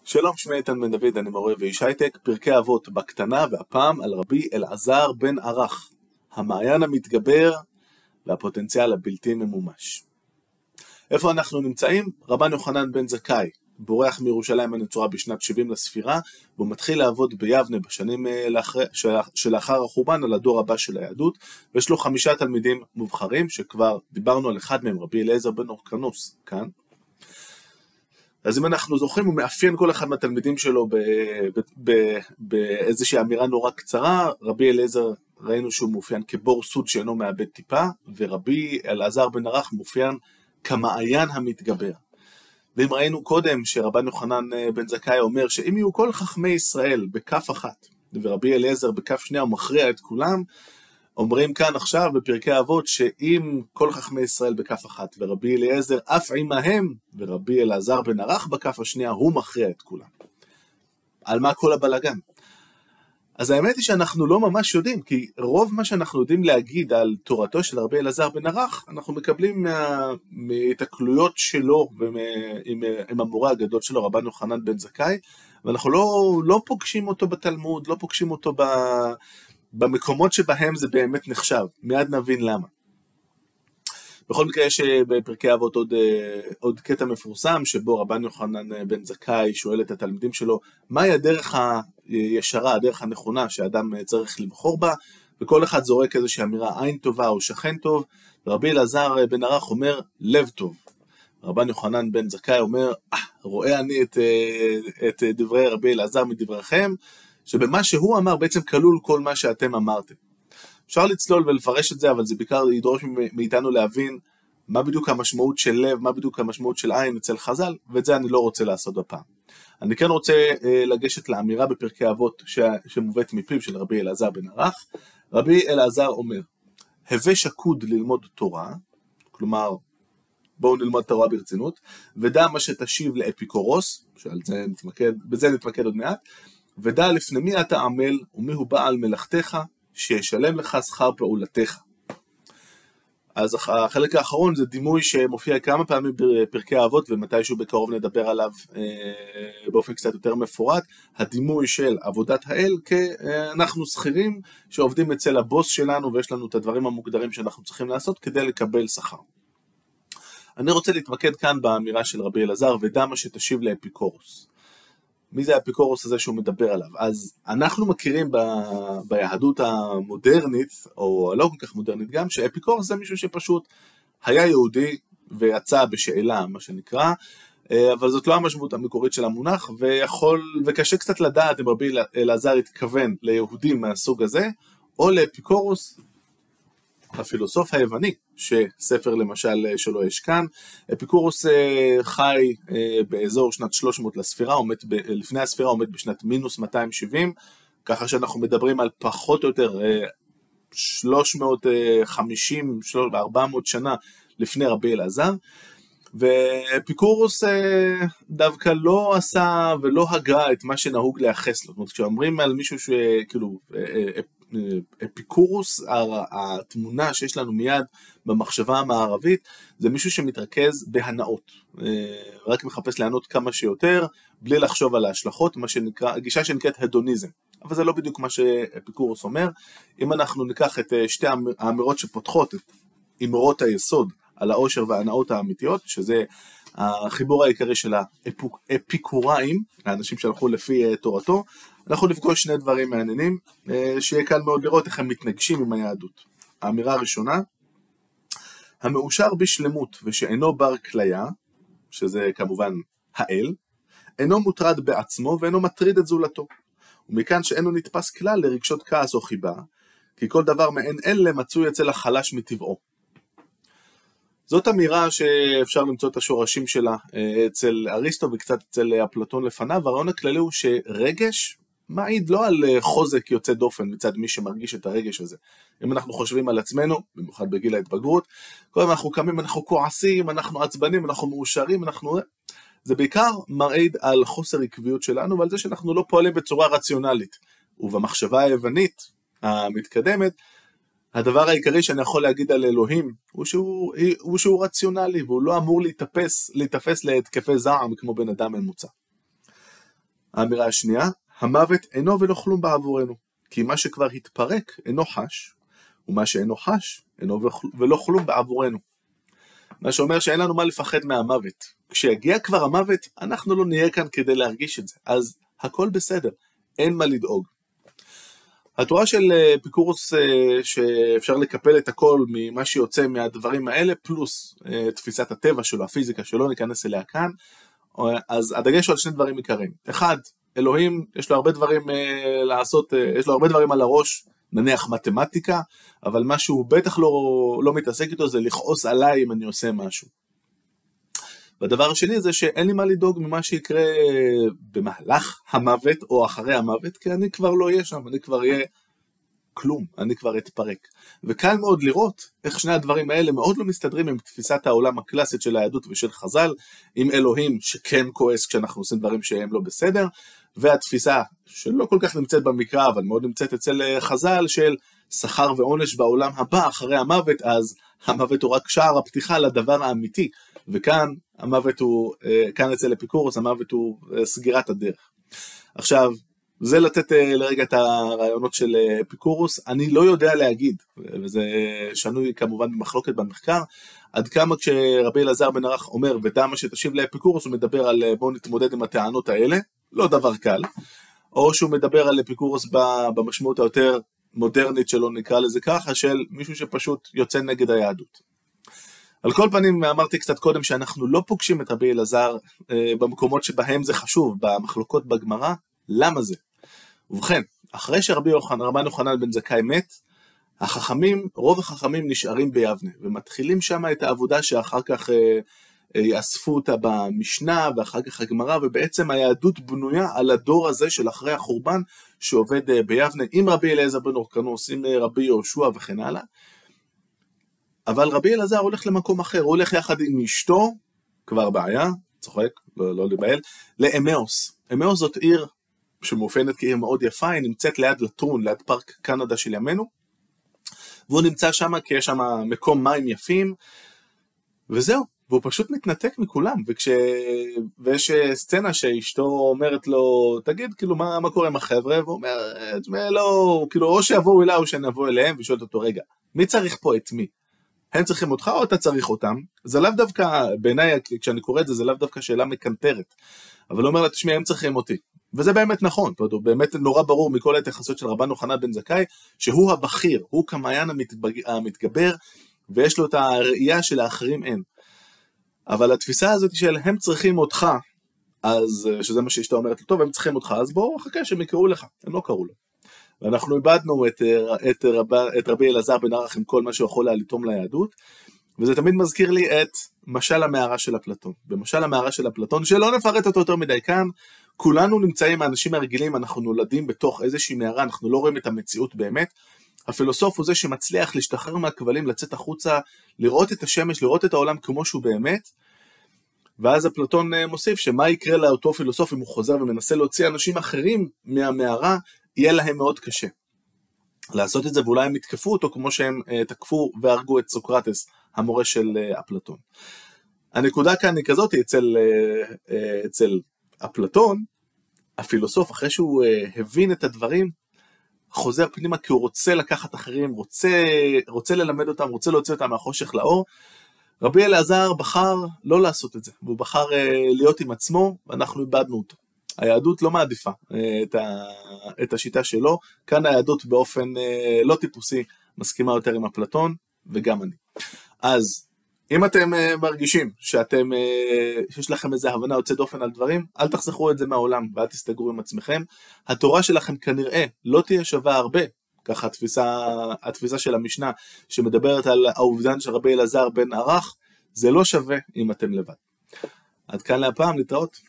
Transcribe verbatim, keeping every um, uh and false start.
שלום, שמי איתן בן דוד, אני מורה ואיש הייטק, פרקי אבות בקטנה, והפעם על רבי אלעזר בן ערך, המעיין המתגבר והפוטנציאל הבלתי ממומש. איפה אנחנו נמצאים? רבן יוחנן בן זכאי, בורח מירושלים הנצורה בשנת שבעים לספירה, והוא מתחיל לעבוד ביבנה בשנים שלאחר החורבן על הדור הבא של היהדות, ויש לו חמישה תלמידים מובחרים, שכבר דיברנו על אחד מהם, רבי אליעזר בן הורקנוס, כאן. אז אם אנחנו זוכרים, הוא מאפיין כל אחד מהתלמידים שלו באיזושהי אמירה נורא קצרה. רבי אליעזר ראינו שהוא מאופיין כבור סוד שאינו מאבד טיפה, ורבי אלעזר בן ערך מאופיין כמעיין המתגבר. ואם ראינו קודם שרבן יוחנן בן זכאי אומר שאם יהיו כל חכמי ישראל בכף אחת, ורבי אליעזר בכף שנייה הוא מכריע את כולם, אומרים כאן עכשיו בפרקי אבות שאם כל חכמי ישראל בכף אחת ורבי אליעזר אף עמהם ורבי אלעזר בן ערך בכף השנייה, הוא מכריע את כולם. על מה כל הבלגן? אז האמת היא שאנחנו לא ממש יודעים, כי רוב מה שאנחנו יודעים להגיד על תורתו של רבי אלעזר בן ערך, אנחנו מקבלים מהתקלויות שלו ועם עם המורה הגדול שלו, רבן יוחנן בן זכאי, ואנחנו לא, לא פוגשים אותו בתלמוד, לא פוגשים אותו ב... במקומות שבהם זה באמת נחשב. מיד נבין למה. בכל מקרה יש בפרקי אבות עוד, עוד קטע מפורסם, שבו רבן יוחנן בן זכאי שואל את התלמידים שלו, מהי הדרך הישרה, הדרך הנכונה שאדם צריך לבחור בה, וכל אחד זורק איזושהי אמירה, עין טובה או שכן טוב, ורבי אלעזר בן ערך אומר, לב טוב. רבן יוחנן בן זכאי אומר, אה, רואה אני את, את דברי רבי אלעזר מדבריכם, שבמה שהוא אמר בעצם כלול כל מה שאתם אמרתם. אפשר לצלול ולפרש את זה, אבל זה בעיקר ידרוש מאיתנו להבין מה בדיוק המשמעות של לב, מה בדיוק המשמעות של עין אצל חז"ל, ואת זה אני לא רוצה לעשות בפעם. אני כן רוצה אה, לגשת לאמירה בפרקי אבות ש... שמובאת מפיו של רבי אלעזר בן ערך. רבי אלעזר אומר, הווה שקוד ללמוד תורה, כלומר, בואו נלמוד תורה ברצינות, ודע מה שתשיב לאפיקורוס, שעל זה נתמקד, בזה נתמקד עוד מעט, ודע לפני מי אתה עמל ומי הוא בעל מלאכתך, שישלם לך שכר פעולתך. אז החלק האחרון זה דימוי שמופיע כמה פעמים בפרקי האבות, ומתישהו בקרוב נדבר עליו אה, באופן קצת יותר מפורט, הדימוי של עבודת האל, כאנחנו שכירים שעובדים אצל הבוס שלנו, ויש לנו את הדברים המוגדרים שאנחנו צריכים לעשות כדי לקבל שכר. אני רוצה להתמקד כאן באמירה של רבי אלעזר, ודע מה שתשיב לאפיקורוס. מי זה האפיקורוס הזה שהוא מדבר עליו? אז אנחנו מכירים ב... ביהדות המודרנית, או לא כל כך מודרנית גם, שאפיקורוס זה מישהו שפשוט היה יהודי ויצא בשאלה, מה שנקרא, אבל זאת לא המשמעות המקורית של המונח, ויכול, וקשה קצת לדעת אם רבי אלעזר התכוון ליהודים מהסוג הזה, או לאפיקורוס, הפילוסוף היווני, שספר למשל שלו יש כאן. אפיקורוס חי באזור שנת שלוש מאות לספירה, עומד ב, לפני הספירה עומד בשנת מינוס מאתיים שבעים, ככה שאנחנו מדברים על פחות או יותר שלוש מאות וחמישים ארבע מאות שנה לפני רבי אלעזר, ואפיקורוס דווקא לא עשה ולא הגה את מה שנהוג לייחס לו. זאת אומרת, כשאומרים על מישהו שכאילו אפיקורוס, התמונה שיש לנו מיד במחשבה המערבית, זה מישהו שמתרכז בהנאות, רק מחפש לענות כמה שיותר, בלי לחשוב על ההשלכות, מה שנקרא, הגישה שנקראת הדוניזם. אבל זה לא בדיוק מה שאפיקורוס אומר. אם אנחנו ניקח את שתי האמירות שפותחות את אמרות היסוד על העושר וההנאות האמיתיות, שזה החיבור העיקרי של האפיקוראים, האנשים שהלכו לפי תורתו, אנחנו נפגוש שני דברים מעניינים, שיהיה קל מאוד לראות איך הם מתנגשים עם היהדות. האמירה הראשונה, המאושר בשלמות ושאינו בר כליה, שזה כמובן האל, אינו מוטרד בעצמו ואינו מטריד את זולתו, ומכאן שאינו נתפס כלל לרגשות כעס או חיבה, כי כל דבר מעין אלה מצוי אצל החלש מטבעו. זאת אמירה שאפשר למצוא את השורשים שלה אצל אריסטו וקצת אצל אפלטון לפניו, והרעיון הכללי הוא שרגש מעיד לא על חוזק יוצא דופן מצד מי שמרגיש את הרגש הזה. אם אנחנו חושבים על עצמנו, במיוחד בגיל ההתבגרות, כל הזמן אנחנו קמים, אנחנו כועסים, אנחנו עצבנים, אנחנו מאושרים, אנחנו... זה בעיקר מרעיד על חוסר עקביות שלנו, ועל זה שאנחנו לא פועלים בצורה רציונלית. ובמחשבה היוונית המתקדמת, הדבר העיקרי שאני יכול להגיד על אלוהים, הוא שהוא, הוא שהוא רציונלי, והוא לא אמור להתאפס, להתאפס להתקפי זעם כמו בן אדם ממוצע. האמירה השנייה, המוות אינו ולא כלום בעבורנו, כי מה שכבר התפרק אינו חש, ומה שאינו חש אינו ולא כלום בעבורנו. מה שאומר שאין לנו מה לפחד מהמוות. כשיגיע כבר המוות, אנחנו לא נהיה כאן כדי להרגיש את זה, אז הכל בסדר, אין מה לדאוג. התורה של אפיקורוס שאפשר לקפל את הכל ממה שיוצא מהדברים האלה, פלוס תפיסת הטבע שלו, הפיזיקה שלו, ניכנס אליה כאן, אז הדגש הוא על שני דברים עיקריים. אחד, אלוהים, יש לו הרבה דברים לעשות, יש לו הרבה דברים על הראש, נניח מתמטיקה, אבל מה שהוא בטח לא, לא מתעסק איתו זה לכעוס עליי אם אני עושה משהו. והדבר השני זה שאין לי מה לדאוג ממה שיקרה במהלך המוות או אחרי המוות, כי אני כבר לא אהיה שם, אני כבר אהיה כלום, אני כבר אתפרק. וקל מאוד לראות איך שני הדברים האלה מאוד לא מסתדרים עם תפיסת העולם הקלאסית של היהדות ושל חז"ל, עם אלוהים שכן כועס כשאנחנו עושים דברים שהם לא בסדר, והתפיסה שלא כל כך נמצאת במקרא, אבל מאוד נמצאת אצל חז"ל, של שכר ועונש בעולם הבא אחרי המוות, אז המוות הוא רק שער הפתיחה לדבר האמיתי, וכאן המוות הוא, כאן אצל אפיקורוס, המוות הוא סגירת הדרך. עכשיו, זה לתת לרגע את הרעיונות של אפיקורוס, אני לא יודע להגיד, וזה שנוי כמובן במחלוקת במחקר, עד כמה כשרבי אלעזר בן ערך אומר, ודע מה שתשיב לאפיקורוס, הוא מדבר על בואו נתמודד עם הטענות האלה, לא דבר קל, או שהוא מדבר על אפיקורוס במשמעות היותר מודרנית שלו, נקרא לזה ככה, של מישהו שפשוט יוצא נגד היהדות. על כל פנים, אמרתי קצת קודם שאנחנו לא פוגשים את רבי אלעזר אה, במקומות שבהם זה חשוב, במחלוקות בגמרא. למה זה? ובכן, אחרי שרבי יוחנן, רבן יוחנן בן זכאי מת, החכמים, רוב החכמים נשארים ביבנה, ומתחילים שם את העבודה שאחר כך אה, אה, יאספו אותה במשנה, ואחר כך הגמרא, ובעצם היהדות בנויה על הדור הזה של אחרי החורבן, שעובד אה, ביבנה, עם רבי אליעזר בן הורקנוס, עם אה, רבי יהושע וכן הלאה. אבל רבי אלעזר הולך למקום אחר, הוא הולך יחד עם אשתו, כבר בעיה, צוחק, לא, לא לבעל, לאמאוס. אמאוס זאת עיר שמאופיינת כעיר מאוד יפה, היא נמצאת ליד לטרון, ליד פארק קנדה של ימינו, והוא נמצא שם כי יש שם מקום מים יפים, וזהו, והוא פשוט מתנתק מכולם, וכש... ויש סצנה שאשתו אומרת לו, תגיד, כאילו, מה, מה קורה עם החבר'ה? והוא אומר, לא, כאילו, או שיבואו אליי או שנבוא אליהם, ושואלת אותו, רגע, מי צריך פה את מי? הם צריכים אותך או אתה צריך אותם? זה לאו דווקא, בעיניי, כשאני קורא את זה, זה לאו דווקא שאלה מקנטרת. אבל הוא אומר לה, תשמעי, הם צריכים אותי. וזה באמת נכון, הוא באמת נורא ברור מכל ההתייחסות של רבן יוחנן בן זכאי, שהוא הבכיר, הוא כמעיין המתגבר, ויש לו את הראייה של האחרים אין. אבל התפיסה הזאת של הם צריכים אותך, אז שזה מה שאשתו אומרת לו, טוב, הם צריכים אותך, אז בואו, חכה שהם יקראו לך, הם לא קראו לו. ואנחנו איבדנו את, את, רב, את רבי אלעזר בן ערך עם כל מה שהוא יכול לתרום ליהדות, וזה תמיד מזכיר לי את משל המערה של אפלטון. במשל המערה של אפלטון, שלא נפרט אותו יותר מדי כאן, כולנו נמצאים, האנשים הרגילים, אנחנו נולדים בתוך איזושהי מערה, אנחנו לא רואים את המציאות באמת. הפילוסוף הוא זה שמצליח להשתחרר מהכבלים, לצאת החוצה, לראות את השמש, לראות את העולם כמו שהוא באמת, ואז אפלטון מוסיף שמה יקרה לאותו פילוסוף אם הוא חוזר ומנסה להוציא אנשים אחרים מהמערה, יהיה להם מאוד קשה לעשות את זה, ואולי הם יתקפו אותו כמו שהם תקפו והרגו את סוקרטס, המורה של אפלטון. הנקודה כאן היא כזאת, אצל, אצל אפלטון, הפילוסוף, אחרי שהוא הבין את הדברים, חוזר פנימה כי הוא רוצה לקחת אחרים, רוצה, רוצה ללמד אותם, רוצה להוציא אותם מהחושך לאור. רבי אלעזר בחר לא לעשות את זה, והוא בחר להיות עם עצמו, ואנחנו איבדנו אותו. היהדות לא מעדיפה את, ה, את השיטה שלו, כאן היהדות באופן לא טיפוסי מסכימה יותר עם אפלטון, וגם אני. אז אם אתם מרגישים שאתם, שיש לכם איזו הבנה יוצאת דופן על דברים, אל תחסכו את זה מהעולם, ואל תסתגרו עם עצמכם. התורה שלכם כנראה לא תהיה שווה הרבה, ככה התפיסה, התפיסה של המשנה, שמדברת על האובדן של רבי אלעזר בן ערך, זה לא שווה אם אתם לבד. עד כאן להפעם, להתראות.